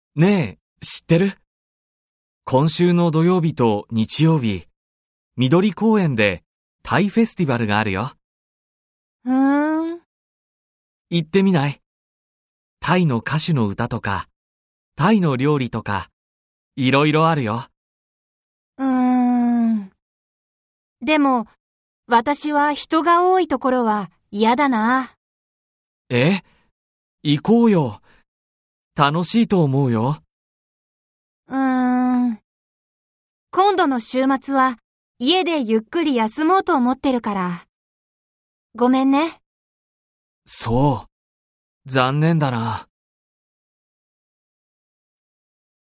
ねえ、知ってる？今週の土曜日と日曜日、緑公園でタイフェスティバルがあるよ。行ってみない？タイの歌手の歌とか、タイの料理とか、いろいろあるよ。 でも、私は人が多いところは嫌だな。 行こうよ。楽しいと思うよ。 今度の週末は家でゆっくり休もうと思ってるから。ごめんね。 そう。残念だな。